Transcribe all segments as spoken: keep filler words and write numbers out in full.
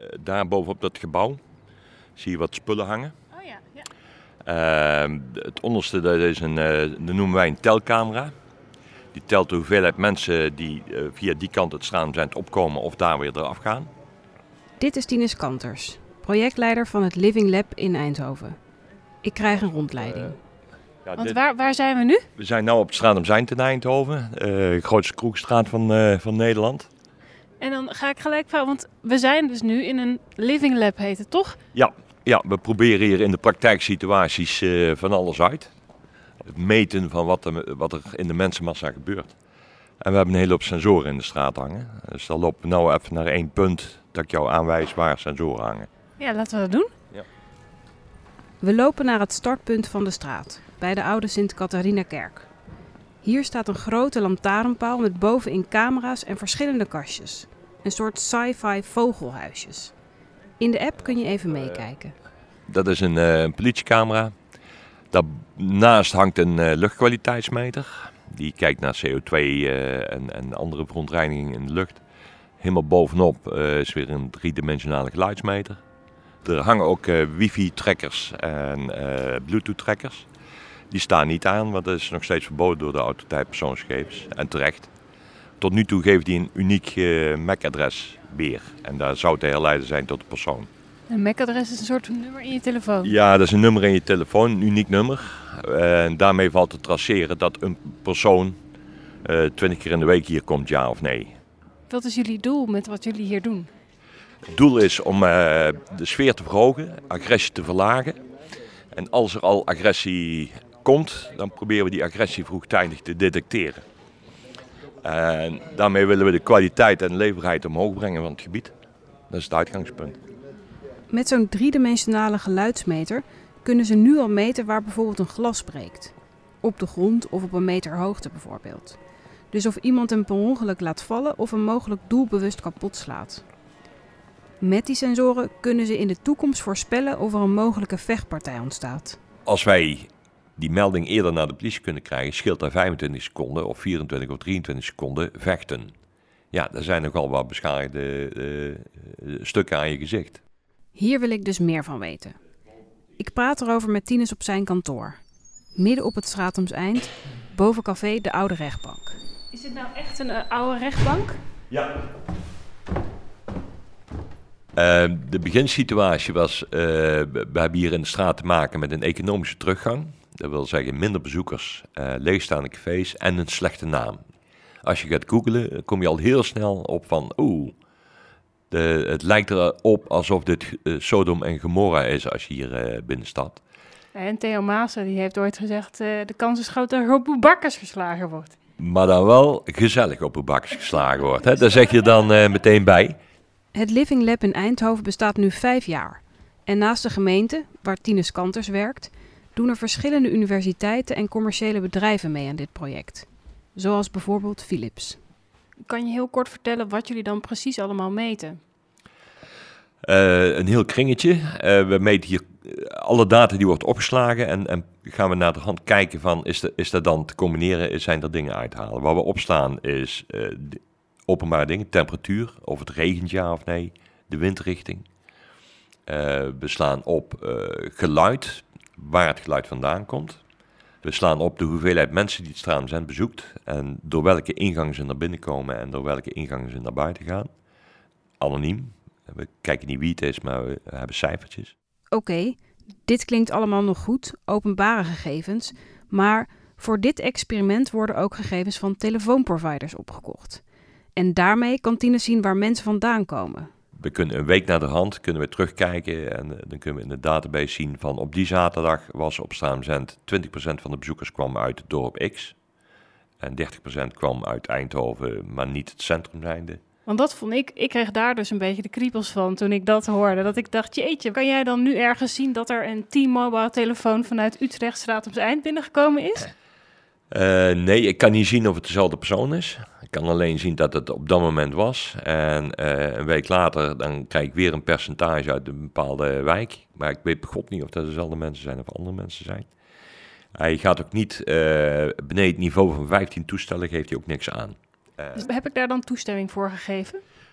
daar bovenop dat gebouw zie je wat spullen hangen. Oh ja, ja. Uh, het onderste dat is een, uh, dat noemen wij een telcamera. Die telt de hoeveelheid mensen die uh, via die kant het Stratumseind opkomen of daar weer eraf gaan. Dit is Tinus Kanters, projectleider van het Living Lab in Eindhoven. Ik krijg een rondleiding. Uh, ja, Want dit... waar, waar zijn we nu? We zijn nu op het Stratumseind in Eindhoven, uh, de grootste kroegstraat van, uh, van Nederland. En dan ga ik gelijk vragen, want we zijn dus nu in een Living Lab, heet het toch? Ja, ja we proberen hier in de praktijksituaties uh, van alles uit. Het meten van wat er, wat er in de mensenmassa gebeurt. En we hebben een hele hoop sensoren in de straat hangen. Dus dan lopen we nou even naar één punt dat ik jou aanwijs waar sensoren hangen. Ja, laten we dat doen. Ja. We lopen naar het startpunt van de straat, bij de oude Sint-Catharina-kerk. Hier staat een grote lantaarnpaal met bovenin camera's en verschillende kastjes. Een soort sci-fi vogelhuisjes. In de app kun je even meekijken. Dat is een, uh, een politiecamera. Daarnaast hangt een uh, luchtkwaliteitsmeter. Die kijkt naar C O twee uh, en, en andere verontreinigingen in de lucht. Helemaal bovenop uh, is weer een driedimensionale geluidsmeter. Er hangen ook uh, wifi-trackers en uh, bluetooth-trackers. Die staan niet aan, want dat is nog steeds verboden door de autoriteit persoonsgegevens. En terecht. Tot nu toe geeft die een uniek uh, M A C-adres weer. En daar zou te herleiden zijn tot de persoon. Een M A C-adres is een soort nummer in je telefoon? Ja, dat is een nummer in je telefoon, een uniek nummer. Uh, en daarmee valt te traceren dat een persoon twintig uh, keer in de week hier komt, ja of nee. Wat is jullie doel met wat jullie hier doen? Het doel is om uh, de sfeer te verhogen, agressie te verlagen. En als er al agressie komt, dan proberen we die agressie vroegtijdig te detecteren. En daarmee willen we de kwaliteit en de leefbaarheid omhoog brengen van het gebied. Dat is het uitgangspunt. Met zo'n driedimensionale geluidsmeter kunnen ze nu al meten waar bijvoorbeeld een glas breekt. Op de grond of op een meter hoogte bijvoorbeeld. Dus of iemand hem per ongeluk laat vallen of hem mogelijk doelbewust kapot slaat. Met die sensoren kunnen ze in de toekomst voorspellen of er een mogelijke vechtpartij ontstaat. Als wij die melding eerder naar de politie kunnen krijgen, scheelt daar vijfentwintig seconden of vierentwintig of drieëntwintig seconden vechten. Ja, er zijn nogal wat beschadigde uh, uh, stukken aan je gezicht. Hier wil ik dus meer van weten. Ik praat erover met Tinus op zijn kantoor. Midden op het Stratumseind, boven café De Oude Rechtbank. Is dit nou echt een uh, oude rechtbank? Ja. Uh, de beginsituatie was, uh, we hebben hier in de straat te maken met een economische teruggang. Dat wil zeggen minder bezoekers, uh, leegstaande cafés en een slechte naam. Als je gaat googlen, kom je al heel snel op van, oeh, de, het lijkt erop alsof dit uh, Sodom en Gomorra is als je hier uh, binnenstapt. En Theo Maassen die heeft ooit gezegd, uh, de kans is groot dat er op uw bakkers geslagen wordt. Maar dan wel gezellig op uw bakkers geslagen wordt, hè? Daar zeg je dan uh, meteen bij. Het Living Lab in Eindhoven bestaat nu vijf jaar. En naast de gemeente, waar Tinus Kanters werkt, doen er verschillende universiteiten en commerciële bedrijven mee aan dit project. Zoals bijvoorbeeld Philips. Kan je heel kort vertellen wat jullie dan precies allemaal meten? Uh, een heel kringetje. Uh, we meten hier alle data die wordt opgeslagen en, en gaan we naar de hand kijken van, is, de, is dat dan te combineren, zijn er dingen uit te halen. Waar we opstaan is uh, openbare dingen, temperatuur, of het regent ja of nee, de windrichting. Uh, we slaan op uh, geluid, waar het geluid vandaan komt. We slaan op de hoeveelheid mensen die het Stratumseind bezoekt en door welke ingang ze naar binnen komen en door welke ingang ze naar buiten gaan. Anoniem. We kijken niet wie het is, maar we hebben cijfertjes. Oké, okay, dit klinkt allemaal nog goed, openbare gegevens, maar voor dit experiment worden ook gegevens van telefoonproviders opgekocht. En daarmee kan Tinus zien waar mensen vandaan komen. We kunnen een week naar de hand kunnen we terugkijken en dan kunnen we in de database zien van op die zaterdag was op Stratumseind twintig procent van de bezoekers kwam uit het dorp X. En dertig procent kwam uit Eindhoven, maar niet het centrum zijnde. Want dat vond ik, ik kreeg daar dus een beetje de kriebels van toen ik dat hoorde. Dat ik dacht, jeetje, kan jij dan nu ergens zien dat er een T-Mobile telefoon vanuit Utrecht Stratumseind binnengekomen is? Uh, nee, ik kan niet zien of het dezelfde persoon is. Ik kan alleen zien dat het op dat moment was. En uh, een week later dan krijg ik weer een percentage uit een bepaalde wijk. Maar ik weet bij God niet of dat dezelfde mensen zijn of andere mensen zijn. Hij gaat ook niet uh, beneden het niveau van vijftien toestellen, geeft hij ook niks aan. Uh, dus heb ik daar dan toestemming voor gegeven?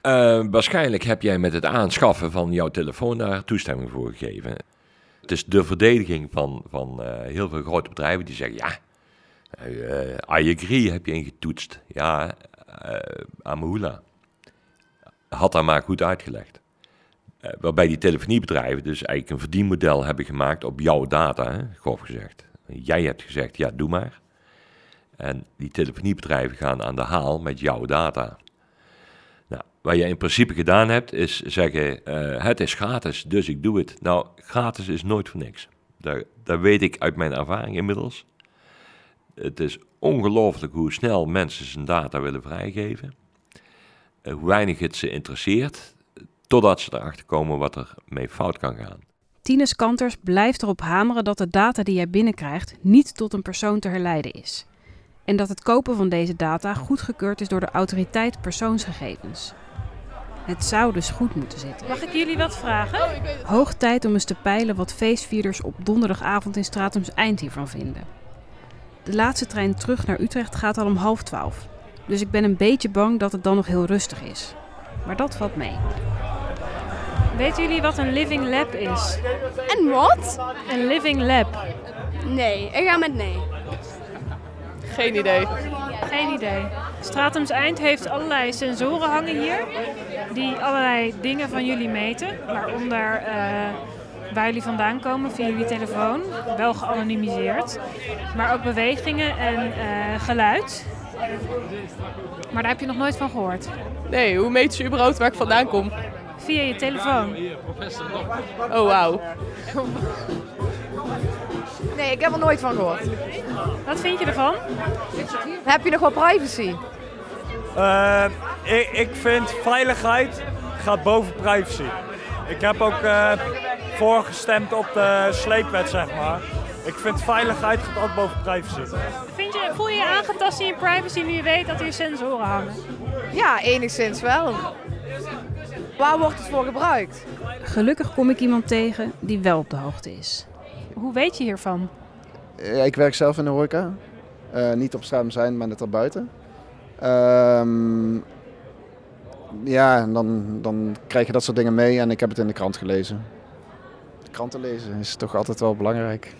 Uh, waarschijnlijk heb jij met het aanschaffen van jouw telefoon daar toestemming voor gegeven. Het is de verdediging van, van uh, heel veel grote bedrijven die zeggen, ja, uh, I agree heb je ingetoetst. Ja, uh, Amahula had daar maar goed uitgelegd. Uh, waarbij die telefoniebedrijven dus eigenlijk een verdienmodel hebben gemaakt op jouw data, hè, grof gezegd. Jij hebt gezegd, ja, doe maar. En die telefoniebedrijven gaan aan de haal met jouw data. Nou, wat je in principe gedaan hebt, is zeggen, uh, het is gratis, dus ik doe het. Nou, gratis is nooit voor niks. Dat, dat weet ik uit mijn ervaring inmiddels. Het is ongelooflijk hoe snel mensen zijn data willen vrijgeven. Uh, hoe weinig het ze interesseert, totdat ze erachter komen wat er mee fout kan gaan. Tinus Kanters blijft erop hameren dat de data die jij binnenkrijgt niet tot een persoon te herleiden is. En dat het kopen van deze data goedgekeurd is door de autoriteit persoonsgegevens. Het zou dus goed moeten zitten. Mag ik jullie wat vragen? Hoog tijd om eens te peilen wat feestvierders op donderdagavond in Stratums Eind hiervan vinden. De laatste trein terug naar Utrecht gaat al om half twaalf. Dus ik ben een beetje bang dat het dan nog heel rustig is. Maar dat valt mee. Weten jullie wat een living lab is? En wat? Een living lab. Nee, ik ga met nee. Geen idee. Geen idee. Stratums Eind heeft allerlei sensoren hangen hier. Die allerlei dingen van jullie meten. Waaronder uh, waar jullie vandaan komen via jullie telefoon. Wel geanonimiseerd. Maar ook bewegingen en uh, geluid. Maar daar heb je nog nooit van gehoord. Nee, hoe meten ze überhaupt waar ik vandaan kom? Via je telefoon. Oh, wauw. Nee, ik heb er nooit van gehoord. Wat vind je ervan? Heb je nog wel privacy? Uh, ik, ik vind veiligheid gaat boven privacy. Ik heb ook uh, voorgestemd op de sleepwet, zeg maar. Ik vind veiligheid gaat altijd boven privacy. Vind je, voel je je aangetast in je privacy nu je weet dat hier sensoren hangen? Ja, enigszins wel. Waar wordt het voor gebruikt? Gelukkig kom ik iemand tegen die wel op de hoogte is. Hoe weet je hiervan? Ja, ik werk zelf in de horeca. Uh, niet op Stratums Eind, maar net erbuiten. Um, ja, en dan, dan krijg je dat soort dingen mee en ik heb het in de krant gelezen. Kranten lezen is toch altijd wel belangrijk.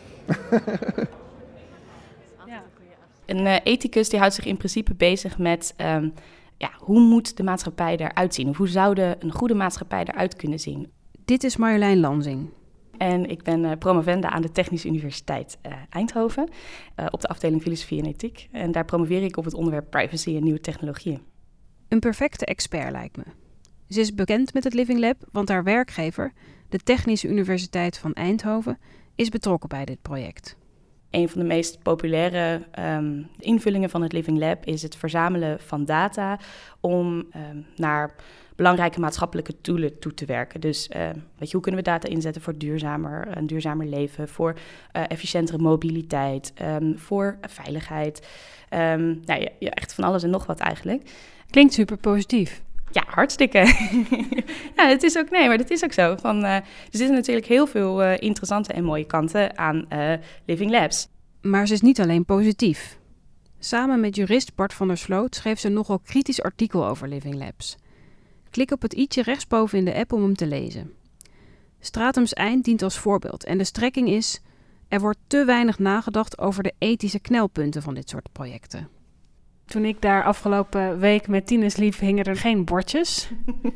Ja. Een uh, ethicus die houdt zich in principe bezig met um, ja, hoe moet de maatschappij eruit zien? Of hoe zou de, een goede maatschappij eruit kunnen zien? Dit is Marjolein Lanzing. En ik ben uh, promovenda aan de Technische Universiteit uh, Eindhoven uh, op de afdeling Filosofie en Ethiek. En daar promoveer ik op het onderwerp privacy en nieuwe technologieën. Een perfecte expert lijkt me. Ze is bekend met het Living Lab, want haar werkgever, de Technische Universiteit van Eindhoven, is betrokken bij dit project. Een van de meest populaire um, invullingen van het Living Lab is het verzamelen van data om um, naar belangrijke maatschappelijke doelen toe te werken. Dus uh, weet je, hoe kunnen we data inzetten voor duurzamer, een duurzamer leven, voor uh, efficiëntere mobiliteit, um, voor veiligheid. Um, nou, ja, ja, echt van alles en nog wat eigenlijk. Klinkt super positief. Ja, hartstikke. Ja, het is ook, nee, maar dat is ook zo. Van, uh, er zitten natuurlijk heel veel uh, interessante en mooie kanten aan uh, Living Labs. Maar ze is niet alleen positief. Samen met jurist Bart van der Sloot schreef ze een nogal kritisch artikel over Living Labs. Klik op het i'tje rechtsboven in de app om hem te lezen. Stratums Eind dient als voorbeeld en de strekking is: er wordt te weinig nagedacht over de ethische knelpunten van dit soort projecten. Toen ik daar afgelopen week met Tinus liep, hingen er geen bordjes.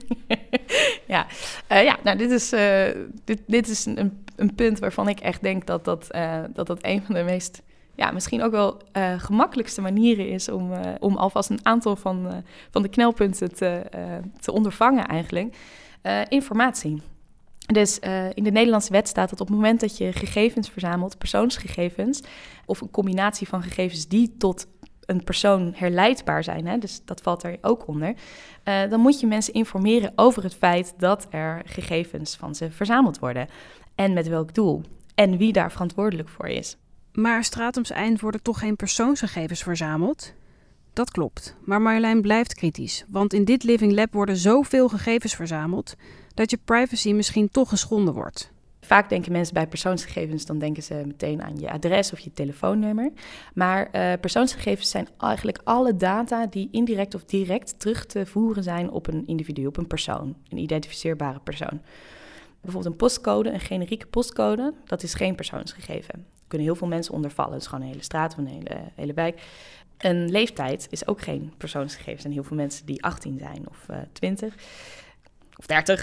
ja, uh, ja nou, dit is, uh, dit, dit is een, een punt waarvan ik echt denk dat dat, uh, dat, dat een van de meest, ja, misschien ook wel uh, gemakkelijkste manieren is om, uh, om alvast een aantal van, uh, van de knelpunten te, uh, te ondervangen eigenlijk. Uh, informatie. Dus uh, in de Nederlandse wet staat dat op het moment dat je gegevens verzamelt, persoonsgegevens, of een combinatie van gegevens die tot een persoon herleidbaar zijn, hè, dus dat valt er ook onder, uh, dan moet je mensen informeren over het feit dat er gegevens van ze verzameld worden. En met welk doel. En wie daar verantwoordelijk voor is. Maar Stratums Eind worden toch geen persoonsgegevens verzameld? Dat klopt, maar Marjolein blijft kritisch, want in dit Living Lab worden zoveel gegevens verzameld dat je privacy misschien toch geschonden wordt. Vaak denken mensen bij persoonsgegevens, dan denken ze meteen aan je adres of je telefoonnummer. Maar uh, persoonsgegevens zijn eigenlijk alle data die indirect of direct terug te voeren zijn op een individu, op een persoon, een identificeerbare persoon. Bijvoorbeeld een postcode, een generieke postcode, dat is geen persoonsgegeven. Er kunnen heel veel mensen onder vallen, dus gewoon een hele straat of een hele, hele wijk. Een leeftijd is ook geen persoonsgegeven. Er zijn heel veel mensen die achttien zijn of uh, twintig of dertig.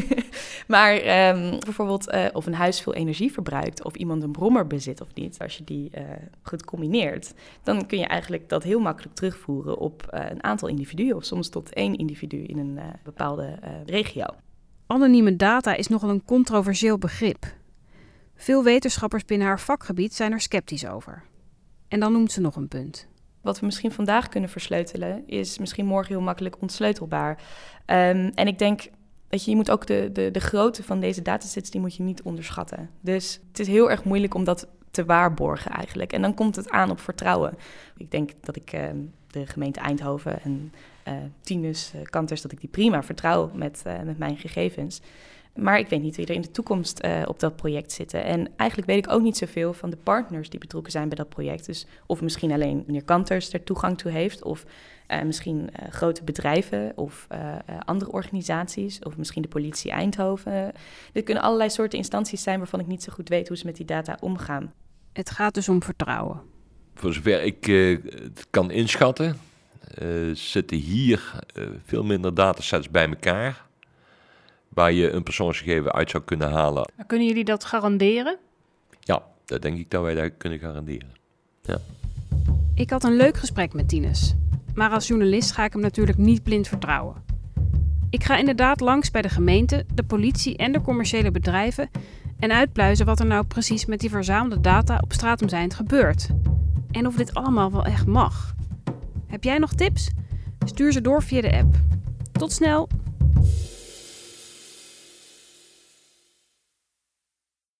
maar um, bijvoorbeeld uh, of een huis veel energie verbruikt of iemand een brommer bezit of niet. Als je die uh, goed combineert, dan kun je eigenlijk dat heel makkelijk terugvoeren op uh, een aantal individuen of soms tot één individu in een uh, bepaalde uh, regio. Anonieme data is nogal een controversieel begrip. Veel wetenschappers binnen haar vakgebied zijn er sceptisch over. En dan noemt ze nog een punt. Wat we misschien vandaag kunnen versleutelen, is misschien morgen heel makkelijk ontsleutelbaar. Um, en ik denk, weet je, je moet ook de, de, de grootte van deze datasets, die moet je niet onderschatten. Dus het is heel erg moeilijk om dat te waarborgen eigenlijk. En dan komt het aan op vertrouwen. Ik denk dat ik uh, de gemeente Eindhoven en uh, Tinus, uh, Kanters, dat ik die prima vertrouw met, uh, met mijn gegevens. Maar ik weet niet wie er in de toekomst uh, op dat project zitten. En eigenlijk weet ik ook niet zoveel van de partners die betrokken zijn bij dat project. Dus of misschien alleen meneer Kanters er toegang toe heeft, of uh, misschien uh, grote bedrijven of uh, uh, andere organisaties, of misschien de politie Eindhoven. Er kunnen allerlei soorten instanties zijn waarvan ik niet zo goed weet hoe ze met die data omgaan. Het gaat dus om vertrouwen. Voor zover ik uh, het kan inschatten, uh, zitten hier uh, veel minder datasets bij elkaar waar je een persoonsgegeven uit zou kunnen halen. Maar kunnen jullie dat garanderen? Ja, dat denk ik dat wij dat kunnen garanderen. Ja. Ik had een leuk gesprek met Tinus. Maar als journalist ga ik hem natuurlijk niet blind vertrouwen. Ik ga inderdaad langs bij de gemeente, de politie en de commerciële bedrijven en uitpluizen wat er nou precies met die verzamelde data op Stratum Zijnd gebeurt. En of dit allemaal wel echt mag. Heb jij nog tips? Stuur ze door via de app. Tot snel!